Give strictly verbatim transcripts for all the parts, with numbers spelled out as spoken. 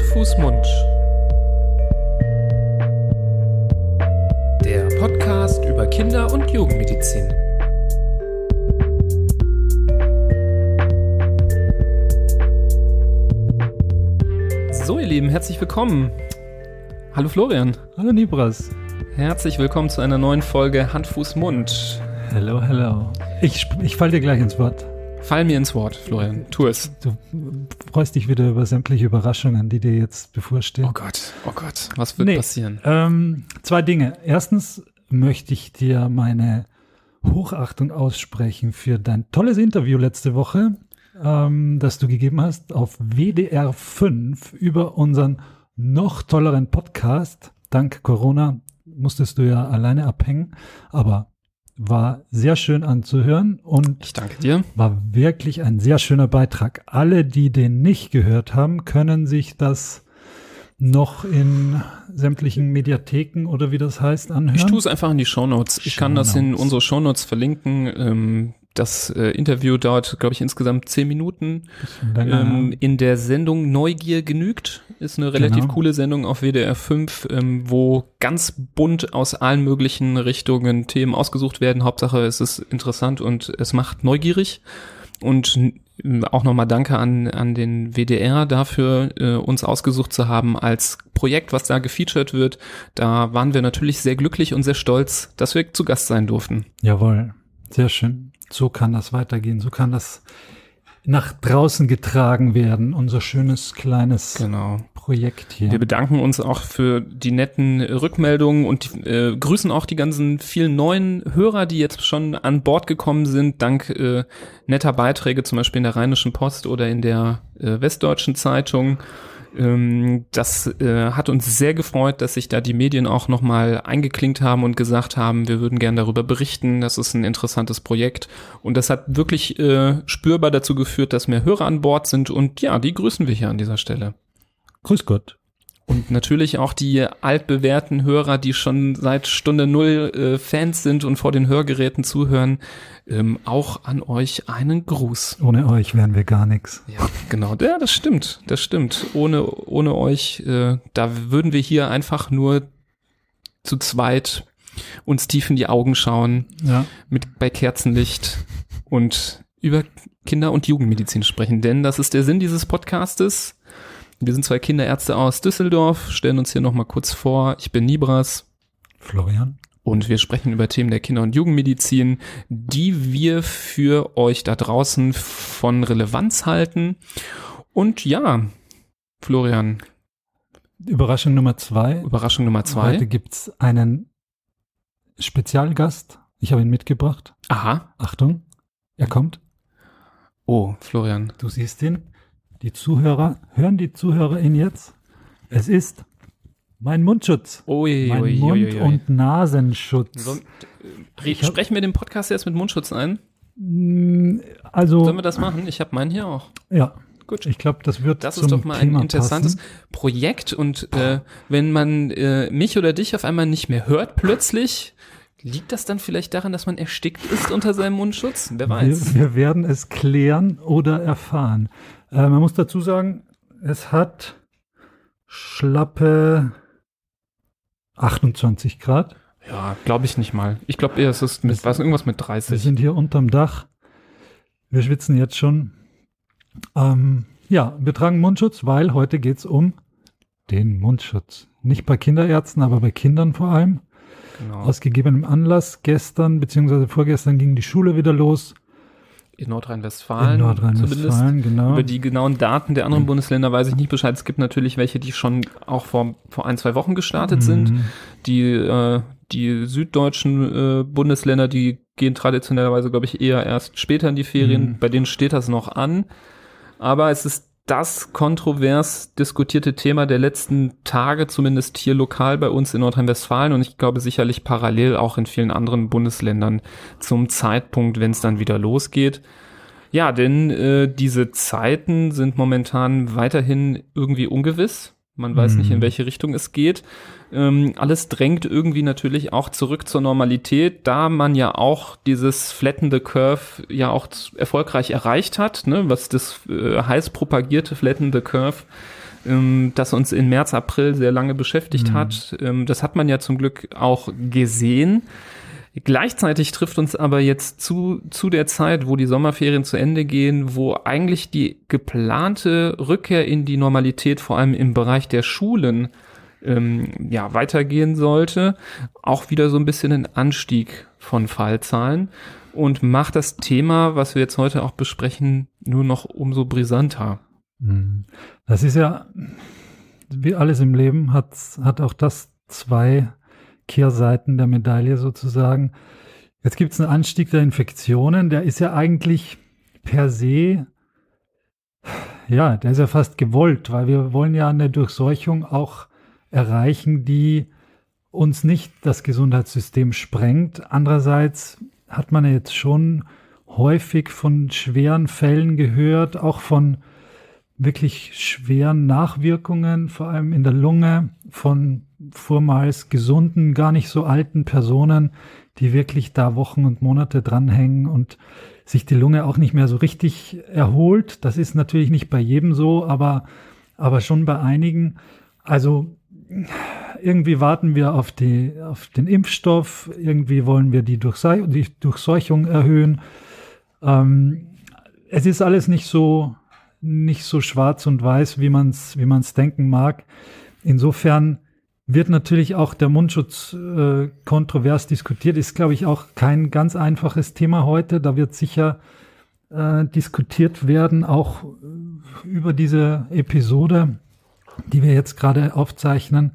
Fuß, Mund. Der Podcast über Kinder- und Jugendmedizin. So, ihr Lieben, herzlich willkommen. Hallo Florian. Hallo Nibras. Herzlich willkommen zu einer neuen Folge Hand, Fuß, Mund. Hello, hello. Ich, ich fall dir gleich ins Wort. Fall mir ins Wort, Florian. Tu es. Du freust dich wieder über sämtliche Überraschungen, die dir jetzt bevorstehen. Oh Gott, oh Gott. Was wird nee, passieren? Ähm, zwei Dinge. Erstens möchte ich dir meine Hochachtung aussprechen für dein tolles Interview letzte Woche, ähm, das du gegeben hast auf W D R fünf über unseren noch tolleren Podcast. Dank Corona musstest du ja alleine abhängen, aber war sehr schön anzuhören und ich danke dir. War wirklich ein sehr schöner Beitrag. Alle, die den nicht gehört haben, können sich das noch in sämtlichen Mediatheken oder wie das heißt anhören. Ich tue es einfach in die Shownotes. Ich kann das in unsere Shownotes verlinken. Ähm, das äh, Interview dauert, glaube ich, insgesamt zehn Minuten. Länger, ähm, ja. In der Sendung Neugier genügt ist eine relativ Genau. coole Sendung auf W D R fünf, ähm, wo ganz bunt aus allen möglichen Richtungen Themen ausgesucht werden. Hauptsache es ist interessant und es macht neugierig. Und äh, auch nochmal Danke an an den W D R dafür, äh, uns ausgesucht zu haben als Projekt, was da gefeatured wird. Da waren wir natürlich sehr glücklich und sehr stolz, dass wir zu Gast sein durften. Jawohl, sehr schön. So kann das weitergehen. So kann das nach draußen getragen werden. Unser schönes kleines Genau. Projekt hier. Wir bedanken uns auch für die netten Rückmeldungen und äh, grüßen auch die ganzen vielen neuen Hörer, die jetzt schon an Bord gekommen sind, dank äh, netter Beiträge, zum Beispiel in der Rheinischen Post oder in der äh, Westdeutschen Zeitung. Ähm, das äh, hat uns sehr gefreut, dass sich da die Medien auch nochmal eingeklinkt haben und gesagt haben, wir würden gern darüber berichten, das ist ein interessantes Projekt. Und das hat wirklich äh, spürbar dazu geführt, dass mehr Hörer an Bord sind und ja, die grüßen wir hier an dieser Stelle. Grüß Gott. Und natürlich auch die altbewährten Hörer, die schon seit Stunde Null äh, Fans sind und vor den Hörgeräten zuhören, ähm, auch an euch einen Gruß. Ohne euch wären wir gar nichts. Ja, genau. Ja, das stimmt. Das stimmt. Ohne, ohne euch, äh, da würden wir hier einfach nur zu zweit uns tief in die Augen schauen, Ja. mit bei Kerzenlicht und über Kinder- und Jugendmedizin sprechen. Denn das ist der Sinn dieses Podcastes. Wir sind zwei Kinderärzte aus Düsseldorf, stellen uns hier nochmal kurz vor. Ich bin Nibras. Florian. Und wir sprechen über Themen der Kinder- und Jugendmedizin, die wir für euch da draußen von Relevanz halten. Und ja, Florian. Überraschung Nummer zwei. Überraschung Nummer zwei. Heute gibt's einen Spezialgast. Ich habe ihn mitgebracht. Aha. Achtung, er kommt. Oh, Florian. Du siehst ihn. Die Zuhörer, hören die Zuhörer ihn jetzt? Es ist mein Mundschutz. Ui, mein ui, Mund- ui, ui. und Nasenschutz. So, äh, sprechen wir den Podcast jetzt mit Mundschutz ein? Also, Sollen wir das machen? Ich habe meinen hier auch. ja, Gut. ich glaube, das wird Das zum ist doch mal Thema ein interessantes passen. Projekt und äh, wenn man äh, mich oder dich auf einmal nicht mehr hört plötzlich, liegt das dann vielleicht daran, dass man erstickt ist unter seinem Mundschutz? Wer weiß. Wir, wir werden es klären oder erfahren. Äh, man muss dazu sagen, es hat schlappe achtundzwanzig Grad. Ja, glaube ich nicht mal. Ich glaube eher, es ist mit, was, irgendwas mit Wir dreißig. sind hier unterm Dach. Wir schwitzen jetzt schon. Ähm, ja, wir tragen Mundschutz, weil heute geht es um den Mundschutz. Nicht bei Kinderärzten, aber bei Kindern vor allem. Genau. Aus gegebenem Anlass. Gestern bzw. vorgestern ging die Schule wieder los. In Nordrhein-Westfalen. In Nordrhein-Westfalen, genau. Über die genauen Daten der anderen Bundesländer weiß ich nicht Bescheid. Es gibt natürlich welche, die schon auch vor, vor ein, zwei Wochen gestartet sind. Mhm. Die, äh, die süddeutschen äh, Bundesländer, die gehen traditionellerweise, glaube ich, eher erst später in die Ferien. Mhm. Bei denen steht das noch an. Aber es ist das kontrovers diskutierte Thema der letzten Tage, zumindest hier lokal bei uns in Nordrhein-Westfalen und ich glaube sicherlich parallel auch in vielen anderen Bundesländern zum Zeitpunkt, wenn es dann wieder losgeht. Ja, denn äh, diese Zeiten sind momentan weiterhin irgendwie ungewiss. Man weiß Mhm. nicht, in welche Richtung es geht. Ähm, alles drängt irgendwie natürlich auch zurück zur Normalität, da man ja auch dieses Flatten the Curve ja auch z- erfolgreich erreicht hat, ne? Was das äh, heiß propagierte Flatten the Curve ähm, das uns in März, April sehr lange beschäftigt mhm. hat. Ähm, das hat man ja zum Glück auch gesehen. Gleichzeitig trifft uns aber jetzt zu, zu der Zeit, wo die Sommerferien zu Ende gehen, wo eigentlich die geplante Rückkehr in die Normalität, vor allem im Bereich der Schulen, ähm, ja, weitergehen sollte, auch wieder so ein bisschen ein Anstieg von Fallzahlen und macht das Thema, was wir jetzt heute auch besprechen, nur noch umso brisanter. Das ist ja, wie alles im Leben, hat, hat auch das zwei Kehrseiten der Medaille sozusagen. Jetzt gibt es einen Anstieg der Infektionen, der ist ja eigentlich per se, ja, der ist ja fast gewollt, weil wir wollen ja eine Durchseuchung auch erreichen, die uns nicht das Gesundheitssystem sprengt. Andererseits hat man ja jetzt schon häufig von schweren Fällen gehört, auch von wirklich schweren Nachwirkungen, vor allem in der Lunge, von vormals gesunden, gar nicht so alten Personen, die wirklich da Wochen und Monate dranhängen und sich die Lunge auch nicht mehr so richtig erholt. Das ist natürlich nicht bei jedem so, aber, aber schon bei einigen. Also irgendwie warten wir auf die, auf den Impfstoff, irgendwie wollen wir die, Durchseu- die Durchseuchung erhöhen. Ähm, es ist alles nicht so, nicht so schwarz und weiß, wie man es wie man es denken mag. Insofern wird natürlich auch der Mundschutz äh, kontrovers diskutiert. Ist, glaube ich, auch kein ganz einfaches Thema heute. Da wird sicher äh, diskutiert werden, auch äh, über diese Episode, die wir jetzt gerade aufzeichnen,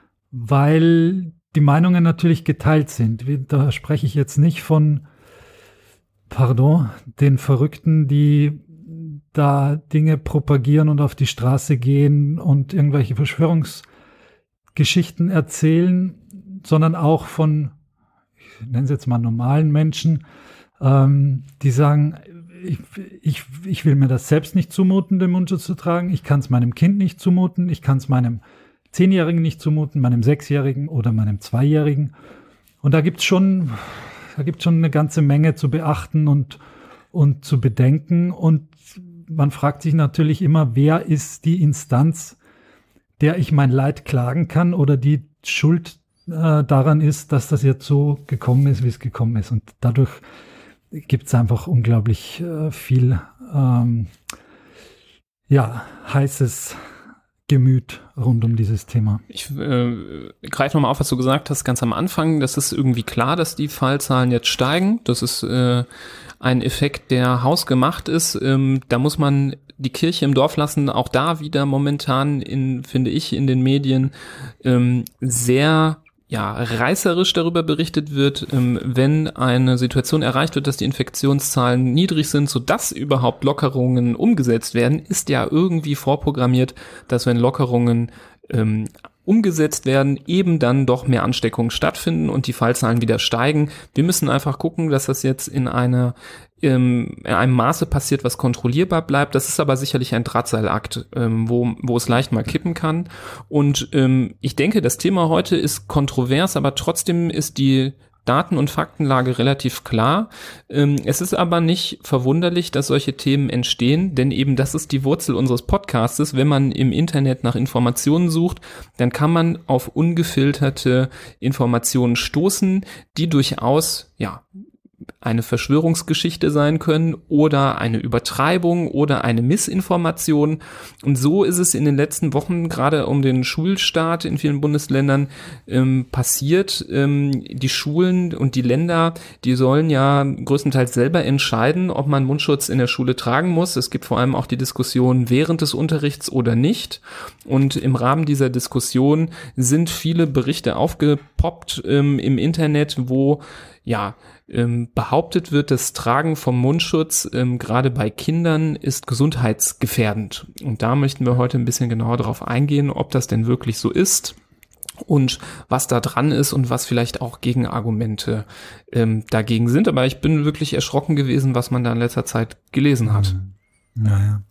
weil die Meinungen natürlich geteilt sind. Da spreche ich jetzt nicht von, pardon, den Verrückten, die da Dinge propagieren und auf die Straße gehen und irgendwelche Verschwörungsgeschichten erzählen, sondern auch von, ich nenne es jetzt mal normalen Menschen, ähm, die sagen, ich, ich, ich will mir das selbst nicht zumuten, den Mundschutz zu tragen, ich kann es meinem Kind nicht zumuten, ich kann es meinem Zehnjährigen nicht zumuten, meinem Sechsjährigen oder meinem Zweijährigen. Und da gibt's schon, da gibt's schon eine ganze Menge zu beachten und, und zu bedenken. Und man fragt sich natürlich immer, wer ist die Instanz, der ich mein Leid klagen kann oder die schuld äh, daran ist, dass das jetzt so gekommen ist, wie es gekommen ist. Und dadurch gibt es einfach unglaublich äh, viel ähm, ja, heißes Gemüt rund um dieses Thema. Ich äh, greife nochmal auf, was du gesagt hast, ganz am Anfang. Das ist irgendwie klar, dass die Fallzahlen jetzt steigen. Das ist äh, ein Effekt, der hausgemacht ist. Ähm, da muss man die Kirche im Dorf lassen. Auch da wieder momentan, in, finde ich, in den Medien ähm, sehr ja, reißerisch darüber berichtet wird, ähm, wenn eine Situation erreicht wird, dass die Infektionszahlen niedrig sind, sodass überhaupt Lockerungen umgesetzt werden, ist ja irgendwie vorprogrammiert, dass wenn Lockerungen ähm, umgesetzt werden, eben dann doch mehr Ansteckungen stattfinden und die Fallzahlen wieder steigen. Wir müssen einfach gucken, dass das jetzt in einer in einem Maße passiert, was kontrollierbar bleibt. Das ist aber sicherlich ein Drahtseilakt, ähm, wo, wo es leicht mal kippen kann. Und ähm, ich denke, das Thema heute ist kontrovers, aber trotzdem ist die Daten- und Faktenlage relativ klar. Ähm, es ist aber nicht verwunderlich, dass solche Themen entstehen, denn eben das ist die Wurzel unseres Podcastes. Wenn man im Internet nach Informationen sucht, dann kann man auf ungefilterte Informationen stoßen, die durchaus, ja, eine Verschwörungsgeschichte sein können oder eine Übertreibung oder eine Missinformation. Und so ist es in den letzten Wochen gerade um den Schulstart in vielen Bundesländern ähm, passiert. Ähm, die Schulen und die Länder, die sollen ja größtenteils selber entscheiden, ob man Mundschutz in der Schule tragen muss. Es gibt vor allem auch die Diskussion während des Unterrichts oder nicht. Und im Rahmen dieser Diskussion sind viele Berichte aufgepoppt ähm, im Internet, wo ja, ähm, behauptet wird, das Tragen vom Mundschutz ähm, gerade bei Kindern ist gesundheitsgefährdend. Und da möchten wir heute ein bisschen genauer darauf eingehen, ob das denn wirklich so ist und was da dran ist und was vielleicht auch Gegenargumente ähm, dagegen sind. Aber ich bin wirklich erschrocken gewesen, was man da in letzter Zeit gelesen hat. Naja.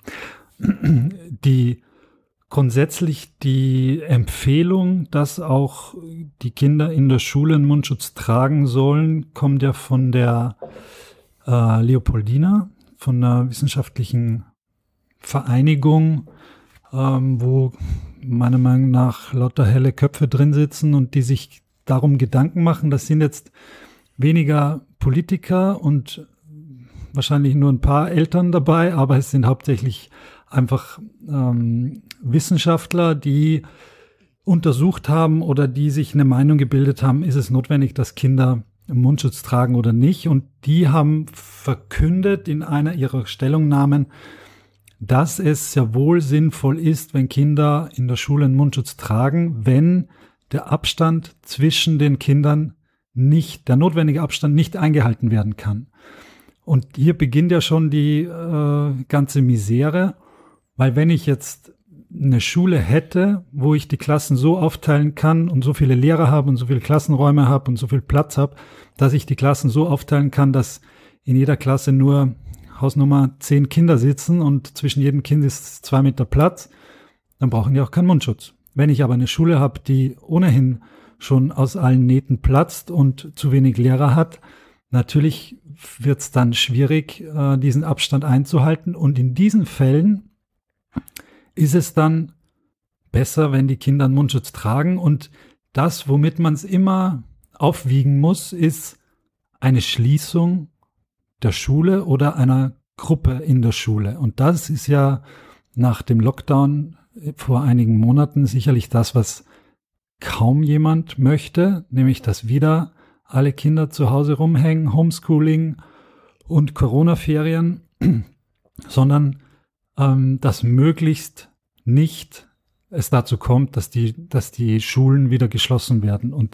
Die Grundsätzlich die Empfehlung, dass auch die Kinder in der Schule einen Mundschutz tragen sollen, kommt ja von der äh, Leopoldina, von einer wissenschaftlichen Vereinigung ähm, wo meiner Meinung nach lauter helle Köpfe drin sitzen und die sich darum Gedanken machen. Das sind jetzt weniger Politiker und wahrscheinlich nur ein paar Eltern dabei, aber es sind hauptsächlich einfach ähm, Wissenschaftler, die untersucht haben oder die sich eine Meinung gebildet haben, ist es notwendig, dass Kinder Mundschutz tragen oder nicht. Und die haben verkündet in einer ihrer Stellungnahmen, dass es sehr wohl sinnvoll ist, wenn Kinder in der Schule einen Mundschutz tragen, wenn der Abstand zwischen den Kindern nicht, der notwendige Abstand nicht eingehalten werden kann. Und hier beginnt ja schon die äh, ganze Misere, weil wenn ich jetzt eine Schule hätte, wo ich die Klassen so aufteilen kann und so viele Lehrer habe und so viele Klassenräume habe und so viel Platz habe, dass ich die Klassen so aufteilen kann, dass in jeder Klasse nur Hausnummer zehn Kinder sitzen und zwischen jedem Kind ist zwei Meter Platz, dann brauchen die auch keinen Mundschutz. Wenn ich aber eine Schule habe, die ohnehin schon aus allen Nähten platzt und zu wenig Lehrer hat, natürlich wird es dann schwierig, äh, diesen Abstand einzuhalten. Und in diesen Fällen ist es dann besser, wenn die Kinder einen Mundschutz tragen. Und das, womit man es immer aufwiegen muss, ist eine Schließung der Schule oder einer Gruppe in der Schule. Und das ist ja nach dem Lockdown vor einigen Monaten sicherlich das, was kaum jemand möchte, nämlich dass wieder alle Kinder zu Hause rumhängen, Homeschooling und Corona-Ferien, sondern ähm, dass möglichst nicht es dazu kommt, dass die, dass die Schulen wieder geschlossen werden. Und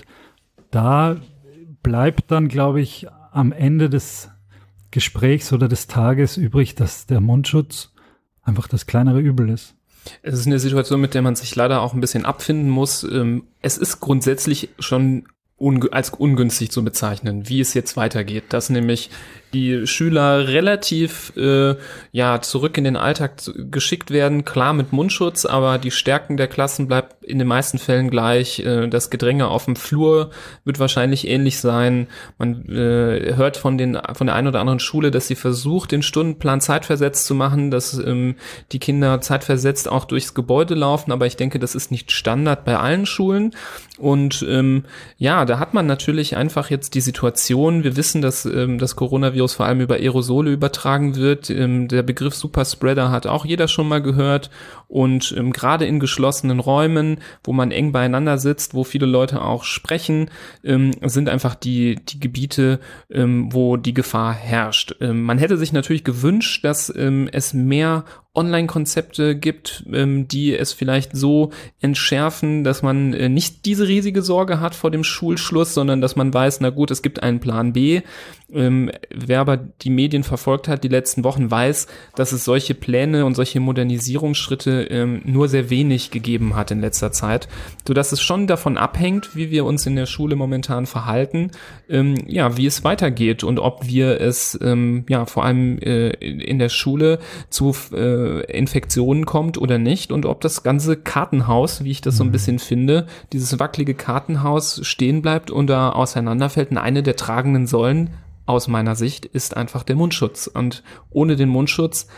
da bleibt dann, glaube ich, am Ende des Gesprächs oder des Tages übrig, dass der Mundschutz einfach das kleinere Übel ist. Es ist eine Situation, mit der man sich leider auch ein bisschen abfinden muss. Es ist grundsätzlich schon unge- als ungünstig zu bezeichnen, wie es jetzt weitergeht, dass nämlich die Schüler relativ äh, ja zurück in den Alltag geschickt werden, klar mit Mundschutz, aber die Stärken der Klassen bleibt in den meisten Fällen gleich. Äh, das Gedränge auf dem Flur wird wahrscheinlich ähnlich sein. Man äh, hört von den von der einen oder anderen Schule, dass sie versucht, den Stundenplan zeitversetzt zu machen, dass ähm, die Kinder zeitversetzt auch durchs Gebäude laufen, aber ich denke, das ist nicht Standard bei allen Schulen. Und ähm, ja, da hat man natürlich einfach jetzt die Situation, wir wissen, dass ähm, das Coronavirus vor allem über Aerosole übertragen wird. Ähm, der Begriff Superspreader hat auch jeder schon mal gehört. Und ähm, gerade in geschlossenen Räumen, wo man eng beieinander sitzt, wo viele Leute auch sprechen, ähm, sind einfach die die Gebiete, ähm, wo die Gefahr herrscht. Ähm, man hätte sich natürlich gewünscht, dass ähm, es mehr Online-Konzepte gibt, ähm, die es vielleicht so entschärfen, dass man äh, nicht diese riesige Sorge hat vor dem Schulschluss, sondern dass man weiß, na gut, es gibt einen Plan B. Ähm, wer aber die Medien verfolgt hat die letzten Wochen, weiß, dass es solche Pläne und solche Modernisierungsschritte ähm, nur sehr wenig gegeben hat in letzter Zeit, sodass es schon davon abhängt, wie wir uns in der Schule momentan verhalten, ähm, ja, wie es weitergeht und ob wir es ähm, ja vor allem äh, in der Schule zu äh, Infektionen kommt oder nicht und ob das ganze Kartenhaus, wie ich das so ein bisschen finde, dieses wackelige Kartenhaus stehen bleibt und da auseinanderfällt. Und eine der tragenden Säulen aus meiner Sicht ist einfach der Mundschutz. Und ohne den Mundschutz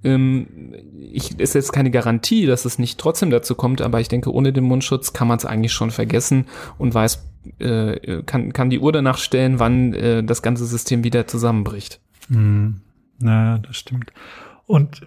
ähm, ich, ist jetzt keine Garantie, dass es nicht trotzdem dazu kommt, aber ich denke, ohne den Mundschutz kann man es eigentlich schon vergessen und weiß, äh, kann, kann die Uhr danach stellen, wann äh, das ganze System wieder zusammenbricht. Hm. Naja, das stimmt. Und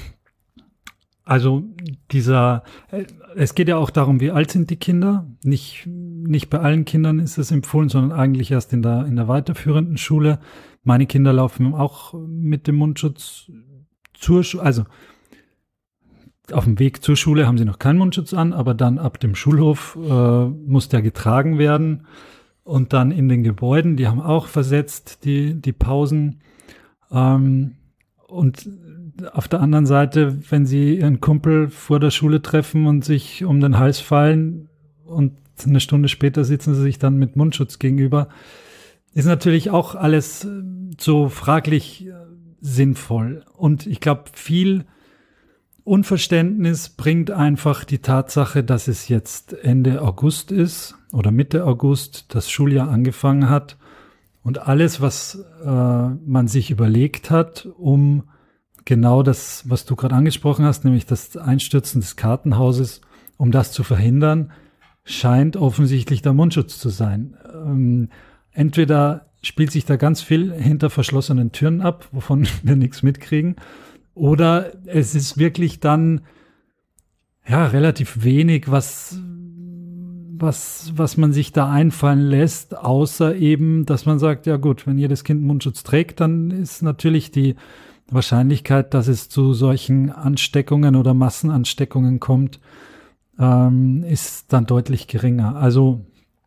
also dieser, es geht ja auch darum, wie alt sind die Kinder? Nicht, nicht bei allen Kindern ist es empfohlen, sondern eigentlich erst in der, in der weiterführenden Schule. Meine Kinder laufen auch mit dem Mundschutz zur Schule, also auf dem Weg zur Schule haben sie noch keinen Mundschutz an, aber dann ab dem Schulhof äh, muss der getragen werden. Und dann in den Gebäuden, die haben auch versetzt die, die Pausen. Ähm, und auf der anderen Seite, wenn sie ihren Kumpel vor der Schule treffen und sich um den Hals fallen und eine Stunde später sitzen sie sich dann mit Mundschutz gegenüber, ist natürlich auch alles so fraglich sinnvoll. Und ich glaube, viel Unverständnis bringt einfach die Tatsache, dass es jetzt Ende August ist oder Mitte August das Schuljahr angefangen hat und alles, was äh, man sich überlegt hat, um genau das, was du gerade angesprochen hast, nämlich das Einstürzen des Kartenhauses, um das zu verhindern, scheint offensichtlich der Mundschutz zu sein. Ähm, entweder spielt sich da ganz viel hinter verschlossenen Türen ab, wovon wir nichts mitkriegen, oder es ist wirklich dann ja relativ wenig, was was was man sich da einfallen lässt, außer eben, dass man sagt, ja gut, wenn jedes Kind Mundschutz trägt, dann ist natürlich die Wahrscheinlichkeit, dass es zu solchen Ansteckungen oder Massenansteckungen kommt, ähm, ist dann deutlich geringer. Also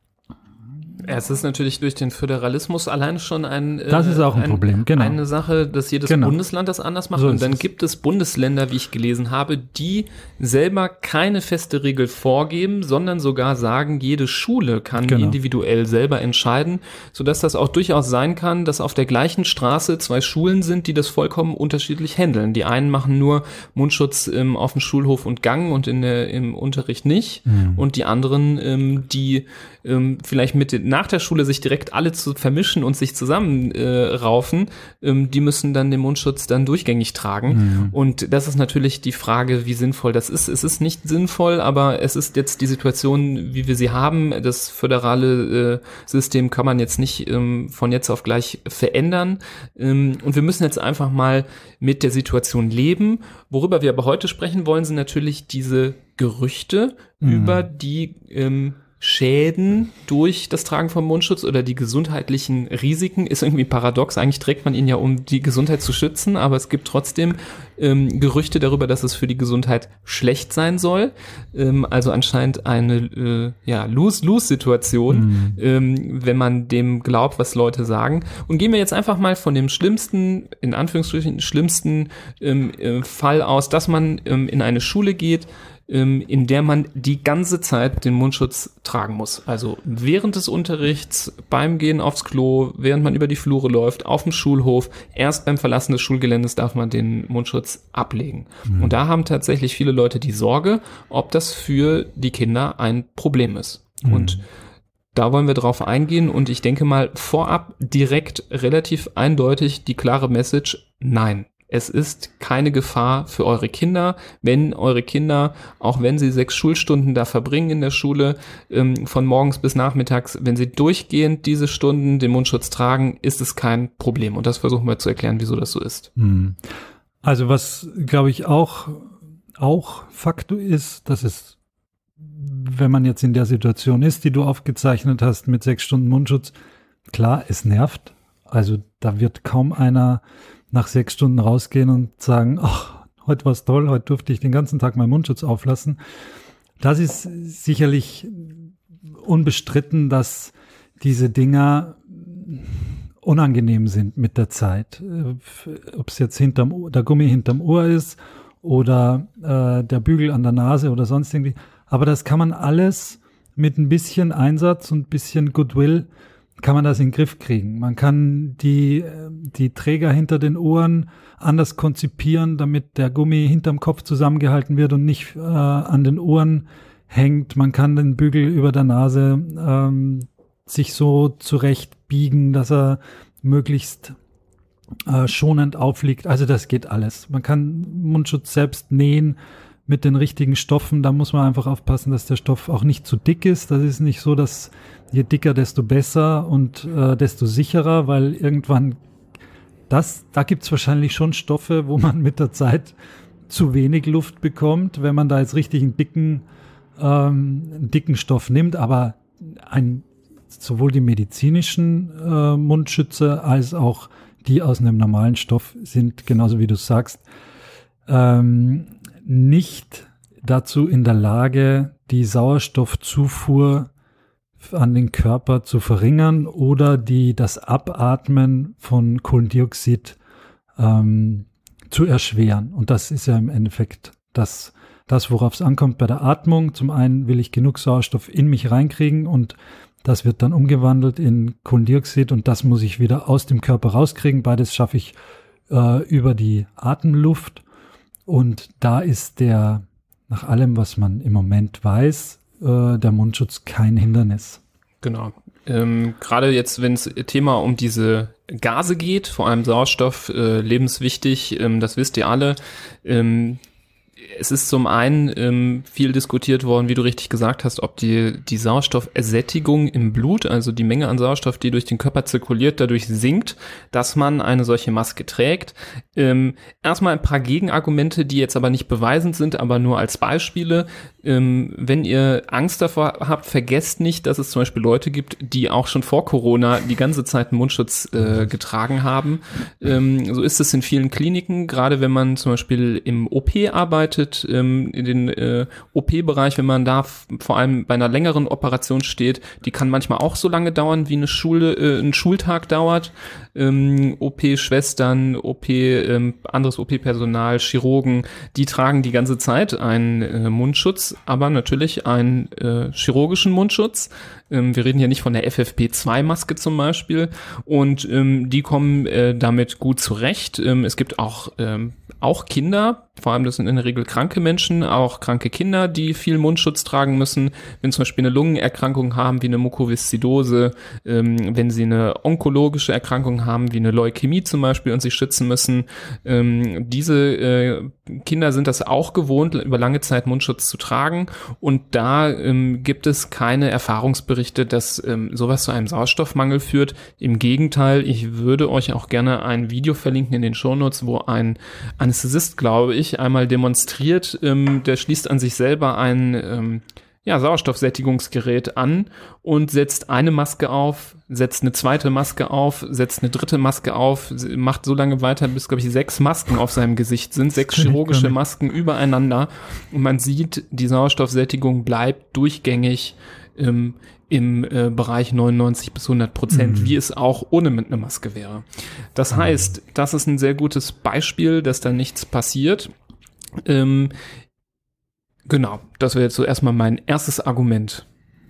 es ist natürlich durch den Föderalismus allein schon ein Das ist auch ein, ein Problem, genau. Eine Sache, dass jedes genau. Bundesland das anders macht. So und dann es. gibt es Bundesländer, wie ich gelesen habe, die selber keine feste Regel vorgeben, sondern sogar sagen, jede Schule kann genau. individuell selber entscheiden, sodass das auch durchaus sein kann, dass auf der gleichen Straße zwei Schulen sind, die das vollkommen unterschiedlich handeln. Die einen machen nur Mundschutz ähm, auf dem Schulhof und Gang und in der, im Unterricht nicht. Mhm. Und die anderen, ähm, die ähm, vielleicht mit den nach der Schule sich direkt alle zu vermischen und sich zusammen äh, raufen, ähm, die müssen dann den Mundschutz dann durchgängig tragen. Mhm. Und das ist natürlich die Frage, wie sinnvoll das ist. Es ist nicht sinnvoll, aber es ist jetzt die Situation, wie wir sie haben. Das föderale äh, System kann man jetzt nicht ähm, von jetzt auf gleich verändern. Ähm, und wir müssen jetzt einfach mal mit der Situation leben. Worüber wir aber heute sprechen wollen, sind natürlich diese Gerüchte mhm. über die ähm, Schäden durch das Tragen von Mundschutz oder die gesundheitlichen Risiken. Ist irgendwie paradox. Eigentlich trägt man ihn ja, um die Gesundheit zu schützen, aber es gibt trotzdem ähm, Gerüchte darüber, dass es für die Gesundheit schlecht sein soll. Ähm, also anscheinend eine äh, ja, Lose-Lose-Situation, mhm. ähm, wenn man dem glaubt, was Leute sagen. Und gehen wir jetzt einfach mal von dem schlimmsten, in Anführungsstrichen schlimmsten ähm, äh, Fall aus, dass man ähm, in eine Schule geht, in der man die ganze Zeit den Mundschutz tragen muss. Also während des Unterrichts, beim Gehen aufs Klo, während man über die Flure läuft, auf dem Schulhof, erst beim Verlassen des Schulgeländes darf man den Mundschutz ablegen. Mhm. Und da haben tatsächlich viele Leute die Sorge, ob das für die Kinder ein Problem ist. Mhm. Und da wollen wir drauf eingehen und ich denke mal vorab direkt relativ eindeutig die klare Message, nein. Es ist keine Gefahr für eure Kinder, wenn eure Kinder, auch wenn sie sechs Schulstunden da verbringen in der Schule, ähm, von morgens bis nachmittags, wenn sie durchgehend diese Stunden den Mundschutz tragen, ist es kein Problem. Und das versuchen wir zu erklären, wieso das so ist. Also was, glaube ich, auch, auch Fakt ist, dass es, wenn man jetzt in der Situation ist, die du aufgezeichnet hast mit sechs Stunden Mundschutz, klar, es nervt. Also da wird kaum einer nach sechs Stunden rausgehen und sagen, ach, heute war's toll, heute durfte ich den ganzen Tag meinen Mundschutz auflassen. Das ist sicherlich unbestritten, dass diese Dinger unangenehm sind mit der Zeit. Ob es jetzt hinterm Ohr, der Gummi hinterm Ohr ist oder äh, der Bügel an der Nase oder sonst irgendwie. Aber das kann man alles mit ein bisschen Einsatz und ein bisschen Goodwill kann man das in den Griff kriegen. Man kann die, die Träger hinter den Ohren anders konzipieren, damit der Gummi hinterm Kopf zusammengehalten wird und nicht äh, an den Ohren hängt. Man kann den Bügel über der Nase ähm, sich so zurecht biegen, dass er möglichst äh, schonend aufliegt. Also das geht alles. Man kann Mundschutz selbst nähen mit den richtigen Stoffen. Da muss man einfach aufpassen, dass der Stoff auch nicht zu dick ist. Das ist nicht so, dass je dicker, desto besser und äh, desto sicherer, weil irgendwann das, da gibt's wahrscheinlich schon Stoffe, wo man mit der Zeit zu wenig Luft bekommt, wenn man da jetzt richtig einen dicken, ähm, einen dicken Stoff nimmt. Aber ein, sowohl die medizinischen äh, Mundschützer als auch die aus einem normalen Stoff sind, genauso wie du sagst, ähm, nicht dazu in der Lage, die Sauerstoffzufuhr an den Körper zu verringern oder die das Abatmen von Kohlendioxid ähm, zu erschweren. Und das ist ja im Endeffekt das, das worauf es ankommt bei der Atmung. Zum einen will ich genug Sauerstoff in mich reinkriegen und das wird dann umgewandelt in Kohlendioxid und das muss ich wieder aus dem Körper rauskriegen. Beides schaffe ich äh, über die Atemluft. Und da ist der, nach allem, was man im Moment weiß, äh, der Mundschutz kein Hindernis. Genau. Ähm, gerade jetzt, wenn es Thema um diese Gase geht, vor allem Sauerstoff, äh, lebenswichtig, ähm, das wisst ihr alle. Ähm, Es ist zum einen ähm, viel diskutiert worden, wie du richtig gesagt hast, ob die, die Sauerstoffersättigung im Blut, also die Menge an Sauerstoff, die durch den Körper zirkuliert, dadurch sinkt, dass man eine solche Maske trägt. Ähm, erstmal ein paar Gegenargumente, die jetzt aber nicht beweisend sind, aber nur als Beispiele. Ähm, wenn ihr Angst davor habt, vergesst nicht, dass es zum Beispiel Leute gibt, die auch schon vor Corona die ganze Zeit einen Mundschutz äh, getragen haben. Ähm, so ist es in vielen Kliniken, gerade wenn man zum Beispiel im O P arbeitet, ähm, in den äh, O P-Bereich, wenn man da f- vor allem bei einer längeren Operation steht, die kann manchmal auch so lange dauern, wie eine Schule, äh, ein Schultag dauert. Ähm, O P-Schwestern, O P, ähm, anderes O P-Personal, Chirurgen, die tragen die ganze Zeit einen äh, Mundschutz, aber natürlich einen äh, chirurgischen Mundschutz. Ähm, wir reden hier nicht von der F F P zwei Maske zum Beispiel, und ähm, die kommen äh, damit gut zurecht. Ähm, es gibt auch ähm, auch Kinder, vor allem das sind in der Regel kranke Menschen, auch kranke Kinder, die viel Mundschutz tragen müssen, wenn zum Beispiel eine Lungenerkrankung haben, wie eine Mukoviszidose, ähm, wenn sie eine onkologische Erkrankung haben, wie eine Leukämie zum Beispiel, und sich schützen müssen. Ähm, diese äh, Kinder sind das auch gewohnt, über lange Zeit Mundschutz zu tragen, und da ähm, gibt es keine Erfahrungsberichte, dass ähm, sowas zu einem Sauerstoffmangel führt. Im Gegenteil, ich würde euch auch gerne ein Video verlinken in den Shownotes, wo ein Anästhesist, glaube ich, einmal demonstriert, ähm, der schließt an sich selber ein ähm, ja, Sauerstoffsättigungsgerät an und setzt eine Maske auf, setzt eine zweite Maske auf, setzt eine dritte Maske auf, macht so lange weiter, bis, glaube ich, sechs Masken auf seinem Gesicht sind, sechs chirurgische Masken übereinander, und man sieht, die Sauerstoffsättigung bleibt durchgängig ähm, im äh, Bereich neunundneunzig bis hundert Prozent, mhm. wie es auch ohne mit einer Maske wäre. Das mhm. heißt, das ist ein sehr gutes Beispiel, dass da nichts passiert. Ähm, genau, das wäre jetzt so erstmal mein erstes Argument.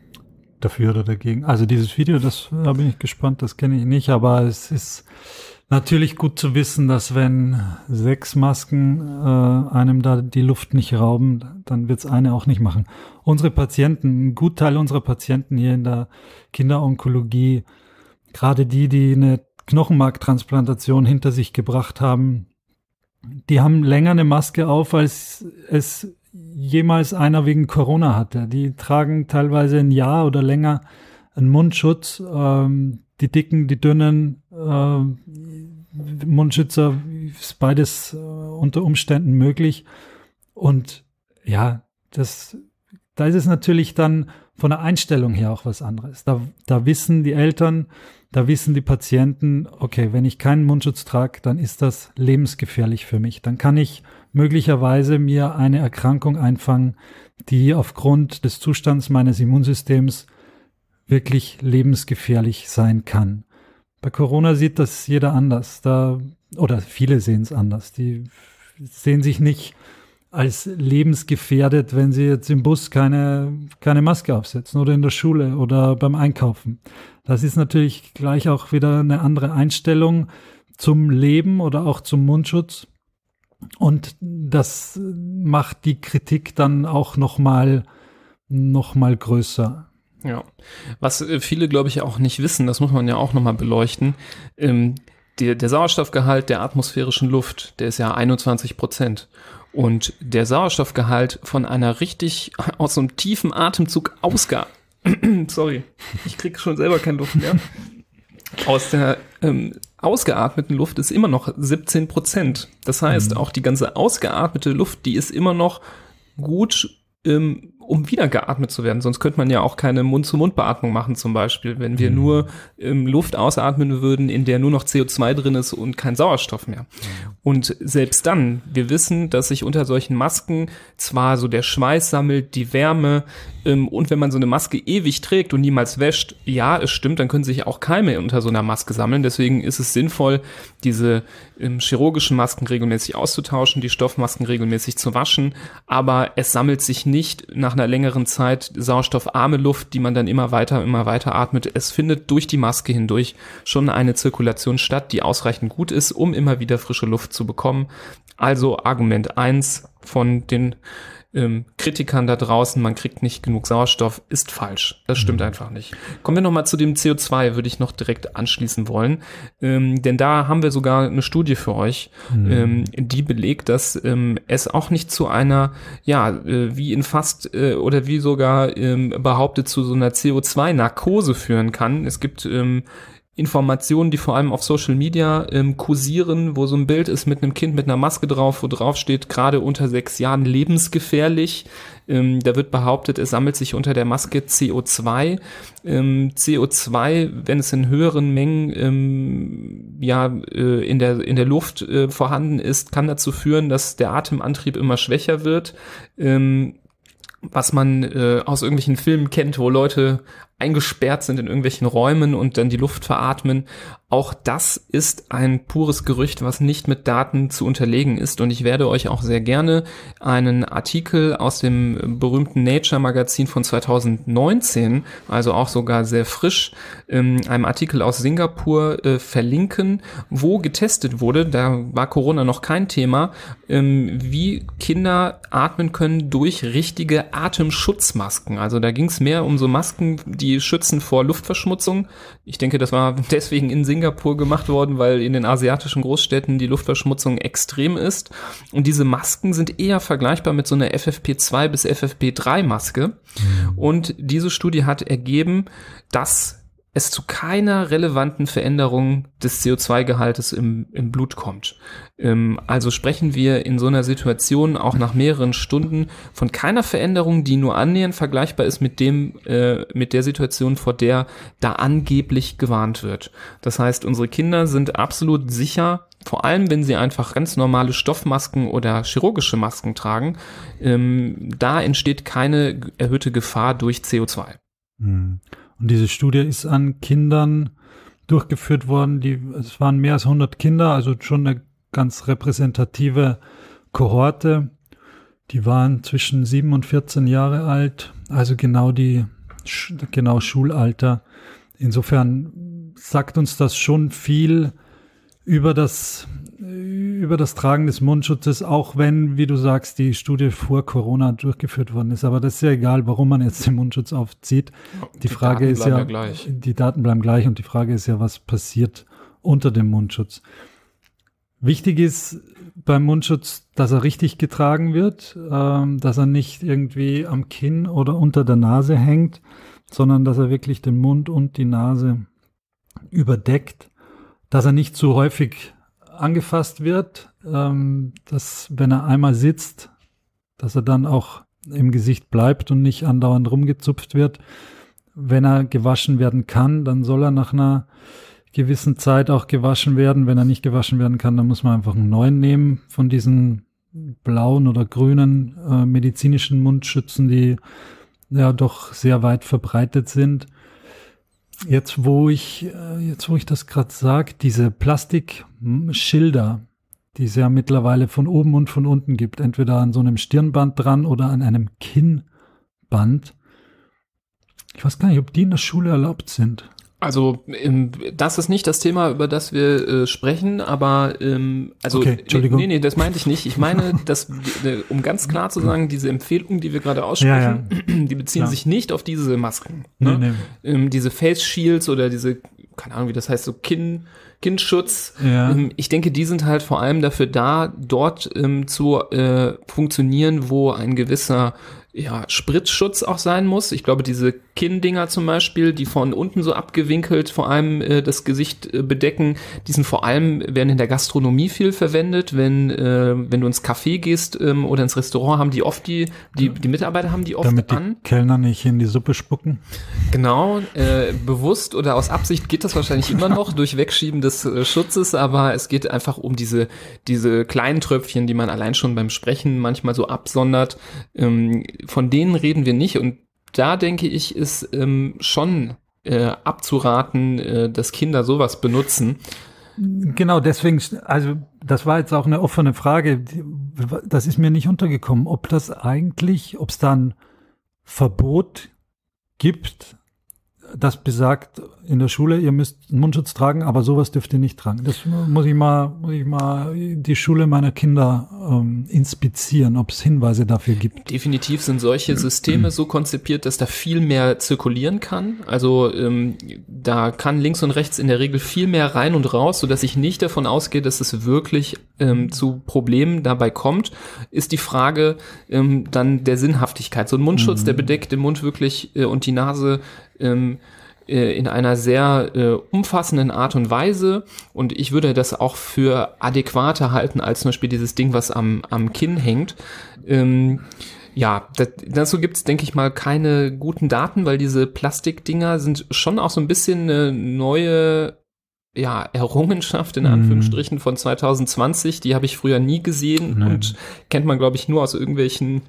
Dafür oder dagegen? Also dieses Video, das da bin ich gespannt, das kenne ich nicht, aber es ist natürlich gut zu wissen, dass wenn sechs Masken äh, einem da die Luft nicht rauben, dann wird's eine auch nicht machen. Unsere Patienten, ein Gutteil unserer Patienten hier in der Kinderonkologie, gerade die, die eine Knochenmarktransplantation hinter sich gebracht haben, die haben länger eine Maske auf, als es jemals einer wegen Corona hatte. Die tragen teilweise ein Jahr oder länger einen Mundschutz. Ähm, die dicken, die dünnen äh, Mundschützer, ist beides äh, unter Umständen möglich. Und ja, das, da ist es natürlich dann von der Einstellung her auch was anderes. Da, da wissen die Eltern, da wissen die Patienten, okay, wenn ich keinen Mundschutz trage, dann ist das lebensgefährlich für mich. Dann kann ich möglicherweise mir eine Erkrankung einfangen, die aufgrund des Zustands meines Immunsystems wirklich lebensgefährlich sein kann. Bei Corona sieht das jeder anders. Da, oder viele sehen es anders. Die sehen sich nicht als lebensgefährdet, wenn sie jetzt im Bus keine, keine Maske aufsetzen oder in der Schule oder beim Einkaufen. Das ist natürlich gleich auch wieder eine andere Einstellung zum Leben oder auch zum Mundschutz. Und das macht die Kritik dann auch nochmal noch mal größer. Ja, was viele, glaube ich, auch nicht wissen, das muss man ja auch nochmal beleuchten, ähm, der, der Sauerstoffgehalt der atmosphärischen Luft, der ist ja einundzwanzig Prozent. Und der Sauerstoffgehalt von einer richtig aus so einem tiefen Atemzug ausge... Sorry, ich krieg schon selber keine Luft mehr. Aus der ähm, ausgeatmeten Luft ist immer noch siebzehn Prozent. Das heißt, mhm. auch die ganze ausgeatmete Luft, die ist immer noch gut, ähm, um wieder geatmet zu werden. Sonst könnte man ja auch keine Mund-zu-Mund-Beatmung machen zum Beispiel, wenn wir mhm. nur ähm, Luft ausatmen würden, in der nur noch C O zwei drin ist und kein Sauerstoff mehr. Mhm. Und selbst dann, wir wissen, dass sich unter solchen Masken zwar so der Schweiß sammelt, die Wärme, ähm, und wenn man so eine Maske ewig trägt und niemals wäscht, ja, es stimmt, dann können sich auch Keime unter so einer Maske sammeln. Deswegen ist es sinnvoll, diese ähm, chirurgischen Masken regelmäßig auszutauschen, die Stoffmasken regelmäßig zu waschen, aber es sammelt sich nicht nach einer längeren Zeit sauerstoffarme Luft, die man dann immer weiter, immer weiter atmet. Es findet durch die Maske hindurch schon eine Zirkulation statt, die ausreichend gut ist, um immer wieder frische Luft zu bekommen. Also Argument eins von den ähm, Kritikern da draußen, man kriegt nicht genug Sauerstoff, ist falsch. Das stimmt mhm. einfach nicht. Kommen wir nochmal zu dem C O zwei, würde ich noch direkt anschließen wollen. Ähm, denn da haben wir sogar eine Studie für euch, mhm. ähm, die belegt, dass ähm, es auch nicht zu einer, ja, äh, wie in fast äh, oder wie sogar ähm, behauptet, zu so einer C O zwei Narkose führen kann. Es gibt ähm, Informationen, die vor allem auf Social Media ähm, kursieren, wo so ein Bild ist mit einem Kind mit einer Maske drauf, wo drauf steht, gerade unter sechs Jahren lebensgefährlich. Ähm, da wird behauptet, es sammelt sich unter der Maske C O zwei. Ähm, C O zwei, wenn es in höheren Mengen ähm, ja äh, in der in der Luft äh, vorhanden ist, kann dazu führen, dass der Atemantrieb immer schwächer wird. Ähm, was man äh, aus irgendwelchen Filmen kennt, wo Leute eingesperrt sind in irgendwelchen Räumen und dann die Luft veratmen. Auch das ist ein pures Gerücht, was nicht mit Daten zu unterlegen ist. Und ich werde euch auch sehr gerne einen Artikel aus dem berühmten Nature-Magazin von zweitausendneunzehn, also auch sogar sehr frisch, ähm, einem Artikel aus Singapur äh, verlinken, wo getestet wurde, da war Corona noch kein Thema, ähm, wie Kinder atmen können durch richtige Atemschutzmasken. Also da ging es mehr um so Masken, die schützen vor Luftverschmutzung. Ich denke, das war deswegen in Singapur gemacht worden, weil in den asiatischen Großstädten die Luftverschmutzung extrem ist. Und diese Masken sind eher vergleichbar mit so einer F F P zwei bis F F P drei Maske. Mhm. Und diese Studie hat ergeben, dass es zu keiner relevanten Veränderung des C O zwei Gehaltes im, im Blut kommt. Ähm, also sprechen wir in so einer Situation auch nach mehreren Stunden von keiner Veränderung, die nur annähernd vergleichbar ist mit dem, äh, mit der Situation, vor der da angeblich gewarnt wird. Das heißt, unsere Kinder sind absolut sicher, vor allem wenn sie einfach ganz normale Stoffmasken oder chirurgische Masken tragen, ähm, da entsteht keine erhöhte Gefahr durch C O zwei. Hm. Und diese Studie ist an Kindern durchgeführt worden, die, es waren mehr als hundert Kinder, also schon eine ganz repräsentative Kohorte. Die waren zwischen sieben und vierzehn Jahre alt, also genau die, genau Schulalter. Insofern sagt uns das schon viel über das, über das Tragen des Mundschutzes, auch wenn, wie du sagst, die Studie vor Corona durchgeführt worden ist. Aber das ist ja egal, warum man jetzt den Mundschutz aufzieht. Die, die Frage Daten ist ja, ja gleich. die Daten bleiben gleich und die Frage ist ja, was passiert unter dem Mundschutz. Wichtig ist beim Mundschutz, dass er richtig getragen wird, ähm, dass er nicht irgendwie am Kinn oder unter der Nase hängt, sondern dass er wirklich den Mund und die Nase überdeckt, dass er nicht zu häufig angefasst wird, ähm, dass wenn er einmal sitzt, dass er dann auch im Gesicht bleibt und nicht andauernd rumgezupft wird. Wenn er gewaschen werden kann, dann soll er nach einer gewissen Zeit auch gewaschen werden. Wenn er nicht gewaschen werden kann, dann muss man einfach einen neuen nehmen von diesen blauen oder grünen äh, medizinischen Mundschützen, die ja doch sehr weit verbreitet sind. Jetzt, wo ich, jetzt, wo ich das gerade sage, diese Plastikschilder, die es ja mittlerweile von oben und von unten gibt, entweder an so einem Stirnband dran oder an einem Kinnband. Ich weiß gar nicht, ob die in der Schule erlaubt sind. Also ähm, das ist nicht das Thema, über das wir äh, sprechen, aber ähm, also okay, Entschuldigung. nee, nee, das meinte ich nicht. Ich meine, dass, äh, um ganz klar zu sagen, diese Empfehlungen, die wir gerade aussprechen, ja, ja. die beziehen ja. sich nicht auf diese Masken. Ne? Nee, nee. Ähm, diese Face Shields oder diese, keine Ahnung, wie das heißt, so Kinn, Kinnschutz. Ja. Ähm, ich denke, die sind halt vor allem dafür da, dort ähm, zu äh, funktionieren, wo ein gewisser ja, Spritzschutz auch sein muss. Ich glaube, diese Kinndinger zum Beispiel, die von unten so abgewinkelt vor allem äh, das Gesicht äh, bedecken, die sind vor allem, werden in der Gastronomie viel verwendet. Wenn äh, wenn du ins Café gehst ähm, oder ins Restaurant, haben die oft die, die, die Mitarbeiter haben die oft Damit an. Die Kellner nicht in die Suppe spucken. Genau, äh, bewusst oder aus Absicht geht das wahrscheinlich immer noch durch Wegschieben des äh, Schutzes, aber es geht einfach um diese, diese kleinen Tröpfchen, die man allein schon beim Sprechen manchmal so absondert. Ähm, von denen reden wir nicht und da denke ich, ist ähm, schon äh, abzuraten, äh, dass Kinder sowas benutzen. Genau, deswegen, also das war jetzt auch eine offene Frage, das ist mir nicht untergekommen, ob das eigentlich, ob es da ein Verbot gibt, das besagt in der Schule, ihr müsst einen Mundschutz tragen, aber sowas dürft ihr nicht tragen. Das muss ich mal, muss ich mal die Schule meiner Kinder ähm, inspizieren, ob es Hinweise dafür gibt. Definitiv sind solche Systeme so konzipiert, dass da viel mehr zirkulieren kann. Also ähm, da kann links und rechts in der Regel viel mehr rein und raus, sodass ich nicht davon ausgehe, dass es wirklich ähm, zu Problemen dabei kommt. Ist die Frage ähm, dann der Sinnhaftigkeit. So ein Mundschutz, mhm. der bedeckt den Mund wirklich äh, und die Nase ähm, in einer sehr äh, umfassenden Art und Weise, und ich würde das auch für adäquater halten als zum Beispiel dieses Ding, was am, am Kinn hängt. Ähm, ja, das, dazu gibt's, denke ich mal, keine guten Daten, weil diese Plastikdinger sind schon auch so ein bisschen eine neue ja, Errungenschaft in Anführungsstrichen von zwanzig zwanzig. Die habe ich früher nie gesehen Nein. und kennt man, glaube ich, nur aus irgendwelchen